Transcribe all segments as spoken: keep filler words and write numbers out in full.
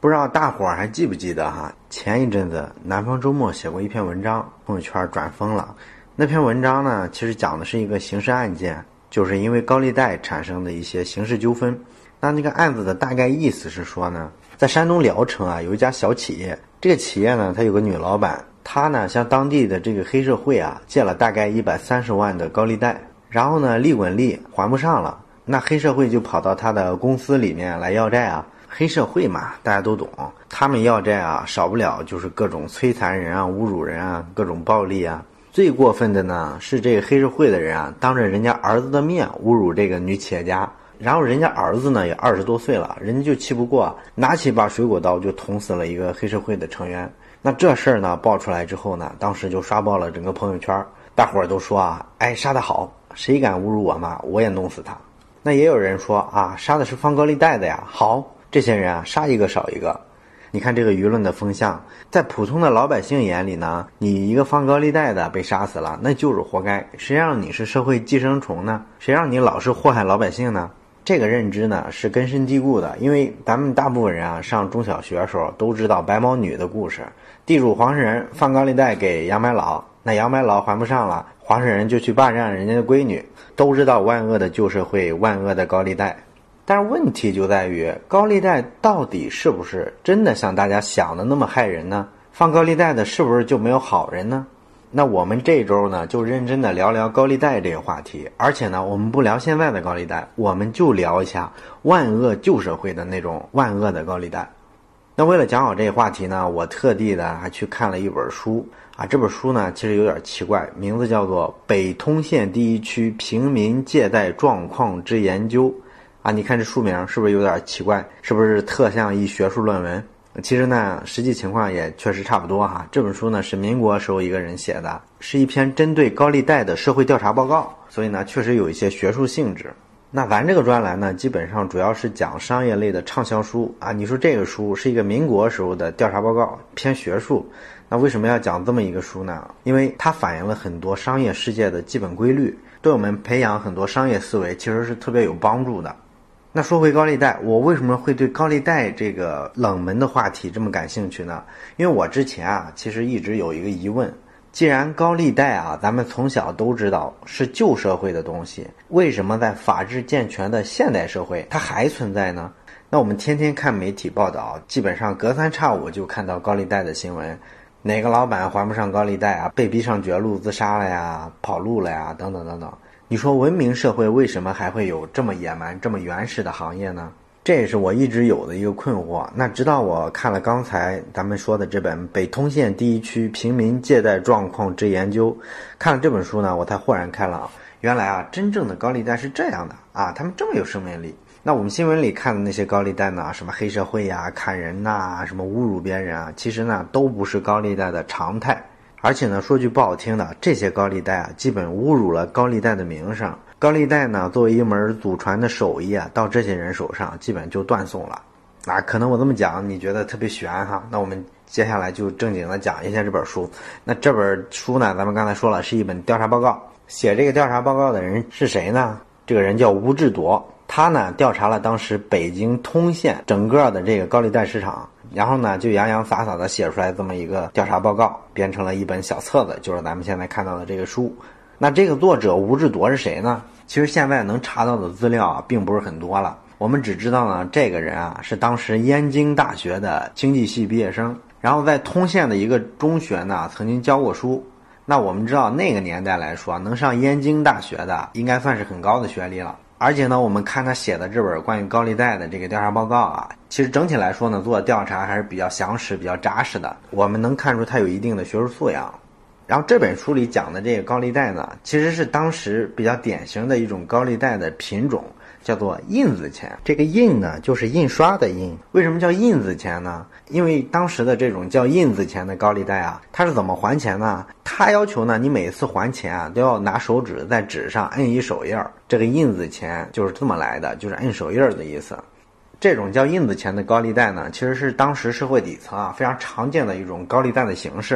不知道大伙儿还记不记得哈？前一阵子南方周末写过一篇文章，朋友圈转疯了。那篇文章呢，其实讲的是一个刑事案件，就是因为高利贷产生的一些刑事纠纷。那那个案子的大概意思是说呢，在山东聊城啊，有一家小企业，这个企业呢，它有个女老板，她呢向当地的这个黑社会啊借了大概一百三十万的高利贷，然后呢利滚利还不上了，那黑社会就跑到她的公司里面来要债啊。黑社会嘛，大家都懂，他们要债啊，少不了就是各种摧残人啊、侮辱人啊、各种暴力啊。最过分的呢，是这个黑社会的人啊，当着人家儿子的面侮辱这个女企业家，然后人家儿子呢也二十多岁了，人家就气不过，拿起一把水果刀就捅死了一个黑社会的成员。那这事儿呢爆出来之后呢，当时就刷爆了整个朋友圈，大伙儿都说啊，哎，杀得好，谁敢侮辱我嘛，我也弄死他。那也有人说啊，杀的是放高利贷的呀，好。这些人啊，杀一个少一个。你看这个舆论的风向，在普通的老百姓眼里呢，你一个放高利贷的被杀死了，那就是活该。谁让你是社会寄生虫呢？谁让你老是祸害老百姓呢？这个认知呢是根深蒂固的，因为咱们大部分人啊上中小学的时候都知道白毛女的故事，地主黄世仁放高利贷给杨白劳，那杨白劳还不上了，黄世仁就去霸占人家的闺女，都知道万恶的旧社会，万恶的高利贷。但是问题就在于，高利贷到底是不是真的像大家想的那么害人呢？放高利贷的是不是就没有好人呢？那我们这周呢，就认真的聊聊高利贷这个话题，而且呢，我们不聊现在的高利贷，我们就聊一下万恶旧社会的那种万恶的高利贷。那为了讲好这个话题呢，我特地的还去看了一本书啊，这本书呢其实有点奇怪，名字叫做《北通县第一区平民借贷状况之研究》。啊，你看这书名是不是有点奇怪？是不是特像一学术论文？其实呢，实际情况也确实差不多哈。这本书呢是民国时候一个人写的，是一篇针对高利贷的社会调查报告，所以呢确实有一些学术性质。那咱这个专栏呢，基本上主要是讲商业类的畅销书啊。你说这个书是一个民国时候的调查报告，偏学术，那为什么要讲这么一个书呢？因为它反映了很多商业世界的基本规律，对我们培养很多商业思维其实是特别有帮助的。那说回高利贷，我为什么会对高利贷这个冷门的话题这么感兴趣呢？因为我之前啊，其实一直有一个疑问，既然高利贷啊，咱们从小都知道是旧社会的东西，为什么在法治健全的现代社会它还存在呢？那我们天天看媒体报道，基本上隔三差五就看到高利贷的新闻，哪个老板还不上高利贷啊，被逼上绝路自杀了呀，跑路了呀，等等等等。你说文明社会为什么还会有这么野蛮这么原始的行业呢？这也是我一直有的一个困惑。那直到我看了刚才咱们说的这本《北通县第一区平民借贷状况之研究》，看了这本书呢，我才豁然开朗，原来啊真正的高利贷是这样的啊，他们这么有生命力。那我们新闻里看的那些高利贷呢，什么黑社会呀、砍人呐、什么侮辱别人啊，其实呢都不是高利贷的常态。而且呢，说句不好听的，这些高利贷啊，基本侮辱了高利贷的名声。高利贷呢，作为一门祖传的手艺啊，到这些人手上，基本就断送了。啊，可能我这么讲，你觉得特别悬哈？那我们接下来就正经的讲一下这本书。那这本书呢，咱们刚才说了，是一本调查报告。写这个调查报告的人是谁呢？这个人叫吴志铎，他呢调查了当时北京通县整个的这个高利贷市场。然后呢，就洋洋洒洒的写出来这么一个调查报告，编成了一本小册子，就是咱们现在看到的这个书。那这个作者吴志铎是谁呢？其实现在能查到的资料啊，并不是很多了。我们只知道呢，这个人啊是当时燕京大学的经济系毕业生，然后在通县的一个中学呢曾经教过书。那我们知道那个年代来说，能上燕京大学的应该算是很高的学历了。而且呢，我们看他写的这本关于高利贷的这个调查报告啊，其实整体来说呢，做的调查还是比较详实、比较扎实的。我们能看出他有一定的学术素养。然后这本书里讲的这个高利贷呢，其实是当时比较典型的一种高利贷的品种，叫做印子钱。这个印呢，就是印刷的印。为什么叫印子钱呢？因为当时的这种叫印子钱的高利贷啊，它是怎么还钱呢？它要求呢，你每次还钱啊，都要拿手指在纸上摁一手印儿。这个印子钱就是这么来的，就是摁手印儿的意思。这种叫印子钱的高利贷呢，其实是当时社会底层啊非常常见的一种高利贷的形式。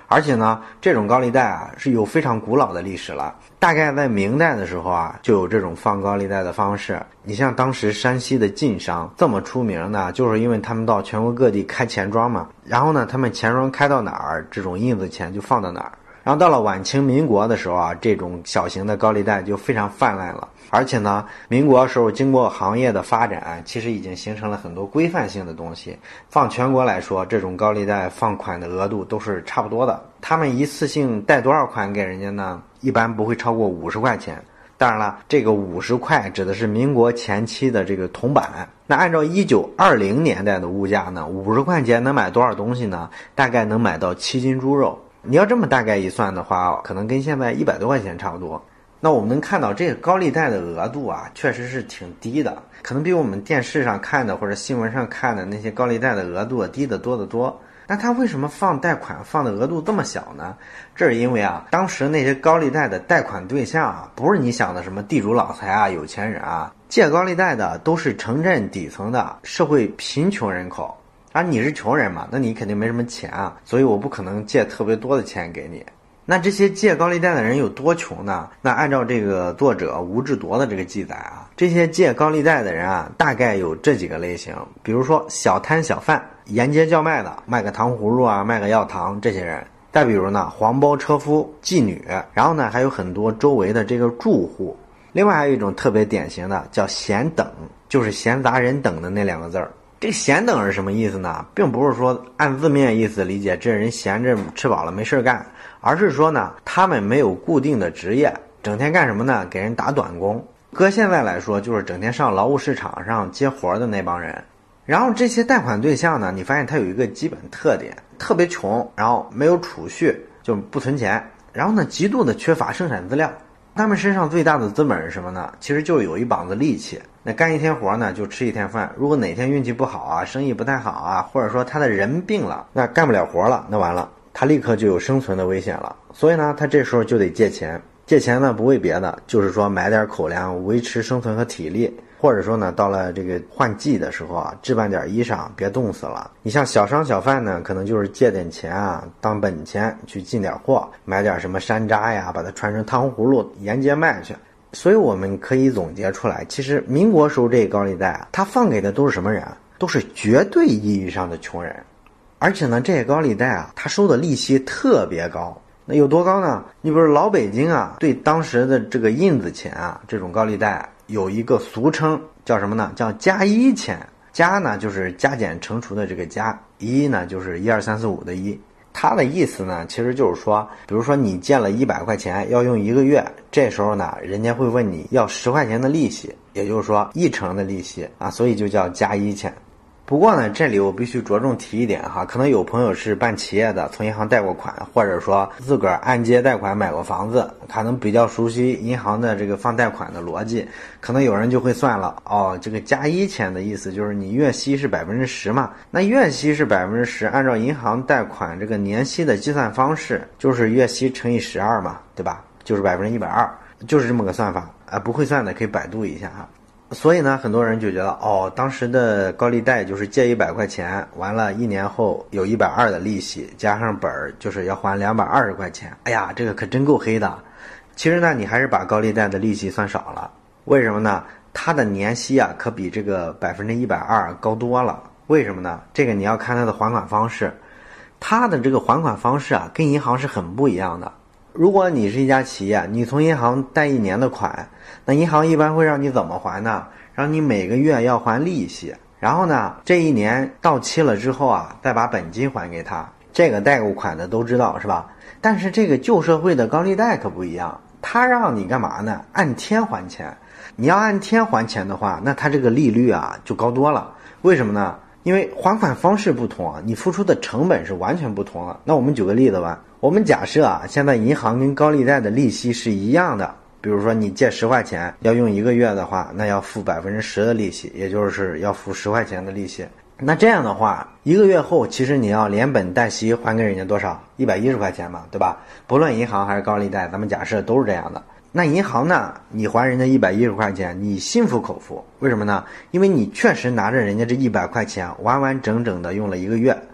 而且呢，这种高利贷啊是有非常古老的历史了，大概在明代的时候啊就有这种放高利贷的方式。你像当时山西的晋商这么出名呢，就是因为他们到全国各地开钱庄嘛，然后呢他们钱庄开到哪儿，这种印子钱就放到哪儿。然后到了晚清民国的时候啊，这种小型的高利贷就非常泛滥了。而且呢，民国时候经过行业的发展，其实已经形成了很多规范性的东西。放全国来说，这种高利贷放款的额度都是差不多的。他们一次性贷多少款给人家呢？一般不会超过五十块钱。当然了，这个五十块指的是民国前期的这个铜板。那按照一九二零年代的物价呢，五十块钱能买多少东西呢？大概能买到七斤猪肉。你要这么大概一算的话，可能跟现在一百多块钱差不多。那我们能看到这个高利贷的额度啊，确实是挺低的，可能比我们电视上看的或者新闻上看的那些高利贷的额度低得多得多。那他为什么放贷款放的额度这么小呢？这是因为啊，当时那些高利贷的贷款对象啊，不是你想的什么地主老财啊、有钱人啊，借高利贷的都是城镇底层的社会贫穷人口。而你是穷人嘛，那你肯定没什么钱啊，所以我不可能借特别多的钱给你。那这些借高利贷的人有多穷呢？那按照这个作者吴志铎的这个记载啊，这些借高利贷的人啊，大概有这几个类型。比如说小摊小贩，沿街叫卖的，卖个糖葫芦啊，卖个药糖，这些人。再比如呢，黄包车夫、妓女，然后呢还有很多周围的这个住户。另外还有一种特别典型的叫闲等，就是闲杂人等的那两个字儿。这闲等是什么意思呢？并不是说按字面意思理解这人闲着吃饱了没事干，而是说呢，他们没有固定的职业，整天干什么呢？给人打短工。搁现在来说，就是整天上劳务市场上接活的那帮人。然后这些贷款对象呢，你发现他有一个基本特点，特别穷，然后没有储蓄，就不存钱，然后呢极度的缺乏生产资料。他们身上最大的资本是什么呢？其实就有一膀子力气。那干一天活呢，就吃一天饭。如果哪天运气不好啊，生意不太好啊，或者说他的人病了，那干不了活了，那完了，他立刻就有生存的危险了。所以呢，他这时候就得借钱。借钱呢，不为别的，就是说买点口粮，维持生存和体力。或者说呢，到了这个换季的时候啊，置办点衣裳，别冻死了。你像小商小贩呢，可能就是借点钱啊，当本钱去进点货，买点什么山楂呀，把它穿成糖葫芦，沿街卖去。所以我们可以总结出来，其实民国时候这个高利贷啊，他放给的都是什么人啊？都是绝对意义上的穷人。而且呢，这个高利贷啊，他收的利息特别高。那有多高呢？你比如老北京啊，对当时的这个印子钱啊，这种高利贷有一个俗称，叫什么呢？叫加一钱。加呢就是加减乘除的这个加，一呢就是一二三四五的一。它的意思呢，其实就是说，比如说你借了一百块钱，要用一个月，这时候呢，人家会问你要十块钱的利息，也就是说一成的利息啊，所以就叫加一钱。不过呢，这里我必须着重提一点哈，可能有朋友是办企业的，从银行贷过款，或者说自个儿按揭贷款买过房子，可能比较熟悉银行的这个放贷款的逻辑，可能有人就会算了，哦，这个加一钱的意思就是你月息是百分之十嘛，那月息是百分之十，按照银行贷款这个年息的计算方式，就是月息乘以十二嘛，对吧？就是百分之一百二，就是这么个算法啊，不会算的可以百度一下哈。所以呢，很多人就觉得哦，当时的高利贷就是借一百块钱，完了一年后有一百二的利息，加上本儿就是要还两百二十块钱。哎呀，这个可真够黑的。其实呢，你还是把高利贷的利息算少了。为什么呢？它的年息啊，可比这个百分之一百二高多了。为什么呢？这个你要看它的还款方式，它的这个还款方式啊，跟银行是很不一样的。如果你是一家企业，你从银行贷一年的款，那银行一般会让你怎么还呢？让你每个月要还利息，然后呢，这一年到期了之后啊，再把本金还给他。这个贷过款的都知道是吧？但是这个旧社会的高利贷可不一样，他让你干嘛呢？按天还钱。你要按天还钱的话，那他这个利率啊就高多了。为什么呢？因为还款方式不同啊，你付出的成本是完全不同的。那我们举个例子吧，我们假设啊，现在银行跟高利贷的利息是一样的，比如说你借十块钱，要用一个月的话，那要付百分之十的利息，也就是要付十块钱的利息。那这样的话，一个月后，其实你要连本带息还给人家多少？一百一十块钱嘛，对吧？不论银行还是高利贷，咱们假设都是这样的。那银行呢，你还人家一百一十块钱，你心服口服。为什么呢？因为你确实拿着人家这一百块钱，完完整整的用了一个月，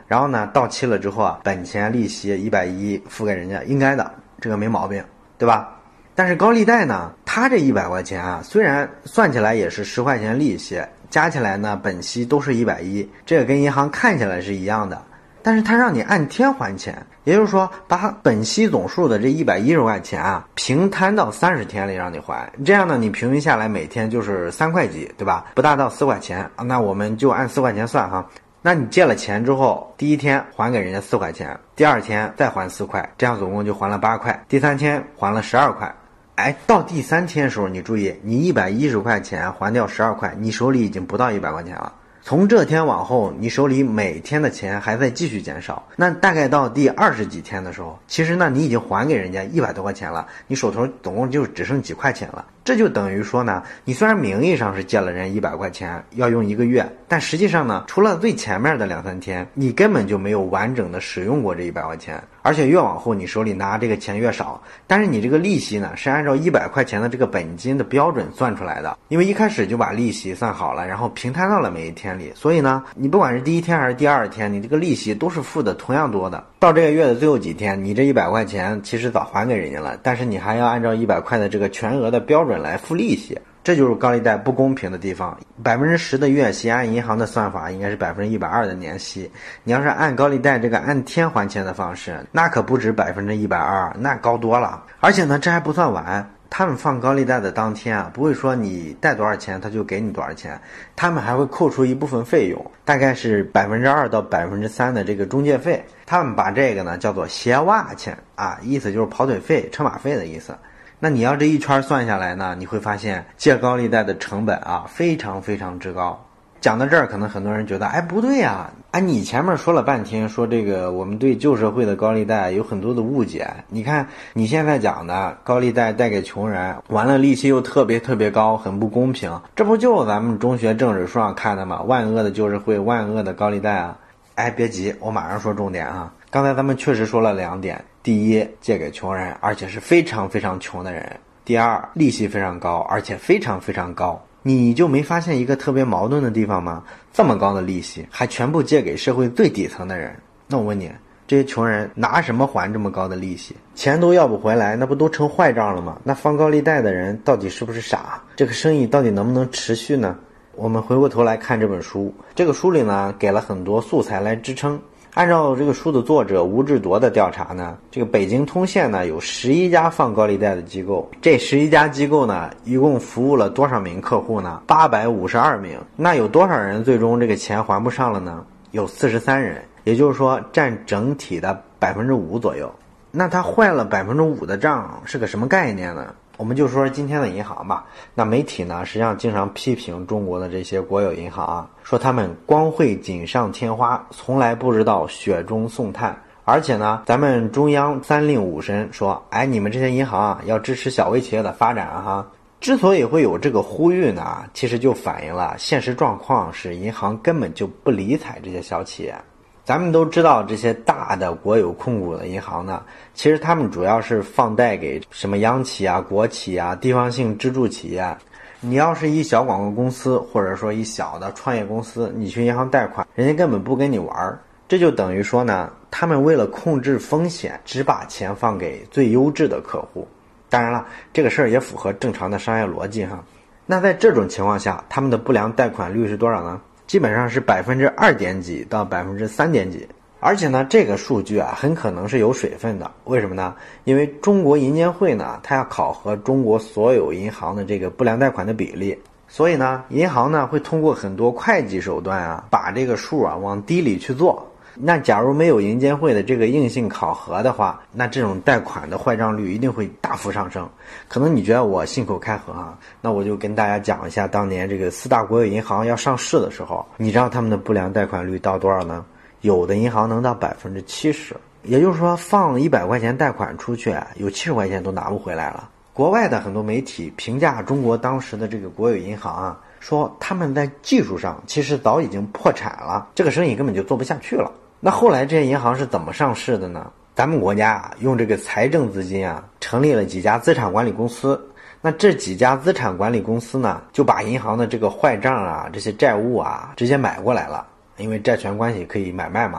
然后呢到期了之后啊，本钱利息一百一付给人家，应该的，这个没毛病，对吧？但是高利贷呢，它这一百块钱啊，虽然算起来也是十块钱利息，加起来呢本息都是一百一，这个跟银行看起来是一样的，但是它让你按天还钱，也就是说把本息总数的这一百一十块钱啊平摊到三十天里让你还，这样呢你平均下来每天就是三块几，对吧？不大到四块钱，那我们就按四块钱算哈。那你借了钱之后，第一天还给人家四块钱，第二天再还四块，这样总共就还了八块，第三天还了十二块。哎，到第三天的时候，你注意，你一百一十块钱还掉十二块，你手里已经不到一百块钱了。从这天往后，你手里每天的钱还在继续减少，那大概到第二十几天的时候，其实呢你已经还给人家一百多块钱了，你手头总共就只剩几块钱了。这就等于说呢，你虽然名义上是借了人一百块钱，要用一个月，但实际上呢，除了最前面的两三天，你根本就没有完整的使用过这一百块钱，而且越往后你手里拿这个钱越少。但是你这个利息呢，是按照一百块钱的这个本金的标准算出来的，因为一开始就把利息算好了，然后平摊到了每一天里，所以呢，你不管是第一天还是第二天，你这个利息都是付的同样多的。到这个月的最后几天，你这一百块钱其实早还给人家了，但是你还要按照一百块的这个全额的标准来付利息，这就是高利贷不公平的地方。百分之十的月息，按银行的算法应该是百分之一百二的年息。你要是按高利贷这个按天还钱的方式，那可不止百分之一百二，那高多了。而且呢，这还不算完。他们放高利贷的当天啊，不会说你贷多少钱他就给你多少钱，他们还会扣除一部分费用，大概是百分之二到百分之三的这个中介费。他们把这个呢叫做鞋袜钱啊，意思就是跑腿费、车马费的意思。那你要这一圈算下来呢，你会发现借高利贷的成本啊非常非常之高。讲到这儿，可能很多人觉得，哎，不对呀，哎，你前面说了半天，说这个我们对旧社会的高利贷有很多的误解。你看你现在讲的高利贷贷给穷人，完了利息又特别特别高，很不公平，这不就咱们中学政治书上看的吗？万恶的旧社会，万恶的高利贷啊！哎，别急，我马上说重点啊。刚才咱们确实说了两点，第一，借给穷人，而且是非常非常穷的人；第二，利息非常高，而且非常非常高。你就没发现一个特别矛盾的地方吗？这么高的利息还全部借给社会最底层的人，那我问你，这些穷人拿什么还这么高的利息？钱都要不回来，那不都成坏账了吗？那放高利贷的人到底是不是傻？这个生意到底能不能持续呢？我们回过头来看这本书，这个书里呢给了很多素材来支撑。按照这个书的作者吴志铎的调查呢，这个北京通县呢有十一家放高利贷的机构，这十一家机构呢一共服务了多少名客户呢？八百五十二名。那有多少人最终这个钱还不上了呢？有四十三人，也就是说占整体的百分之五左右。那他坏了百分之五的账是个什么概念呢？我们就说今天的银行吧，那媒体呢实际上经常批评中国的这些国有银行啊，说他们光会锦上添花，从来不知道雪中送炭。而且呢，咱们中央三令五申说，哎，你们这些银行啊要支持小微企业的发展啊哈。之所以会有这个呼吁呢，其实就反映了现实状况是银行根本就不理睬这些小企业。咱们都知道这些大的国有控股的银行呢，其实他们主要是放贷给什么央企啊、国企啊、地方性支柱企业。你要是一小广告公司，或者说一小的创业公司，你去银行贷款，人家根本不跟你玩。这就等于说呢，他们为了控制风险，只把钱放给最优质的客户。当然了，这个事儿也符合正常的商业逻辑哈。那在这种情况下，他们的不良贷款率是多少呢？基本上是百分之二点几到百分之三点几，而且呢，这个数据啊，很可能是有水分的。为什么呢？因为中国银监会呢，它要考核中国所有银行的这个不良贷款的比例，所以呢，银行呢会通过很多会计手段啊，把这个数啊往低里去做。那假如没有银监会的这个硬性考核的话，那这种贷款的坏账率一定会大幅上升。可能你觉得我信口开河啊，那我就跟大家讲一下当年这个四大国有银行要上市的时候，你知道他们的不良贷款率到多少呢？有的银行能到百分之七十，也就是说放一百块钱贷款出去，有七十块钱都拿不回来了。国外的很多媒体评价中国当时的这个国有银行啊，说他们在技术上其实早已经破产了，这个生意根本就做不下去了。那后来这些银行是怎么上市的呢？咱们国家啊，用这个财政资金啊，成立了几家资产管理公司。那这几家资产管理公司呢，就把银行的这个坏账啊，这些债务啊，直接买过来了，因为债权关系可以买卖嘛。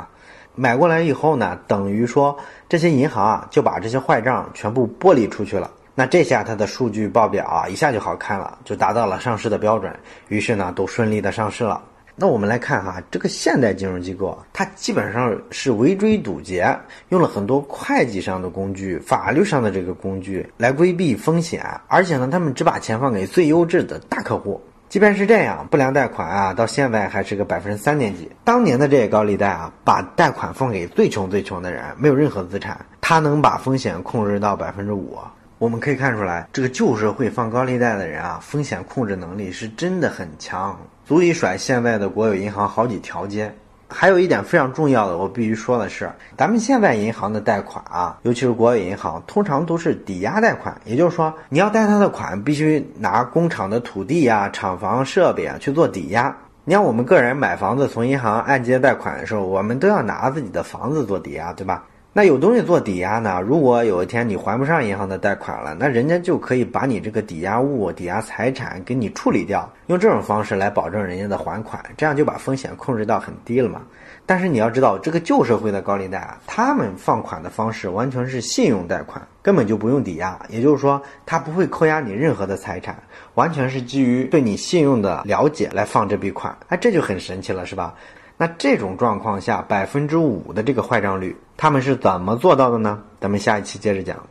买过来以后呢，等于说这些银行啊就把这些坏账全部剥离出去了。那这下它的数据报表啊一下就好看了，就达到了上市的标准，于是呢都顺利的上市了。那我们来看哈，这个现代金融机构它基本上是围追堵截，用了很多会计上的工具、法律上的这个工具来规避风险，而且呢他们只把钱放给最优质的大客户。即便是这样，不良贷款啊到现在还是个百分之三点几。当年的这些高利贷啊把贷款放给最穷最穷的人，没有任何资产，他能把风险控制到百分之五。我们可以看出来，这个旧社会放高利贷的人啊，风险控制能力是真的很强，足以甩现在的国有银行好几条街。还有一点非常重要的，我必须说的是，咱们现在银行的贷款啊，尤其是国有银行，通常都是抵押贷款，也就是说，你要贷他的款，必须拿工厂的土地啊、厂房设备啊去做抵押。你像我们个人买房子，从银行按揭贷款的时候，我们都要拿自己的房子做抵押，对吧？那有东西做抵押呢，如果有一天你还不上银行的贷款了，那人家就可以把你这个抵押物、抵押财产给你处理掉，用这种方式来保证人家的还款，这样就把风险控制到很低了嘛。但是你要知道，这个旧社会的高利贷啊，他们放款的方式完全是信用贷款，根本就不用抵押，也就是说他不会扣押你任何的财产，完全是基于对你信用的了解来放这笔款。哎，这就很神奇了，是吧？那这种状况下百分之五的这个坏账率，他们是怎么做到的呢？咱们下一期接着讲。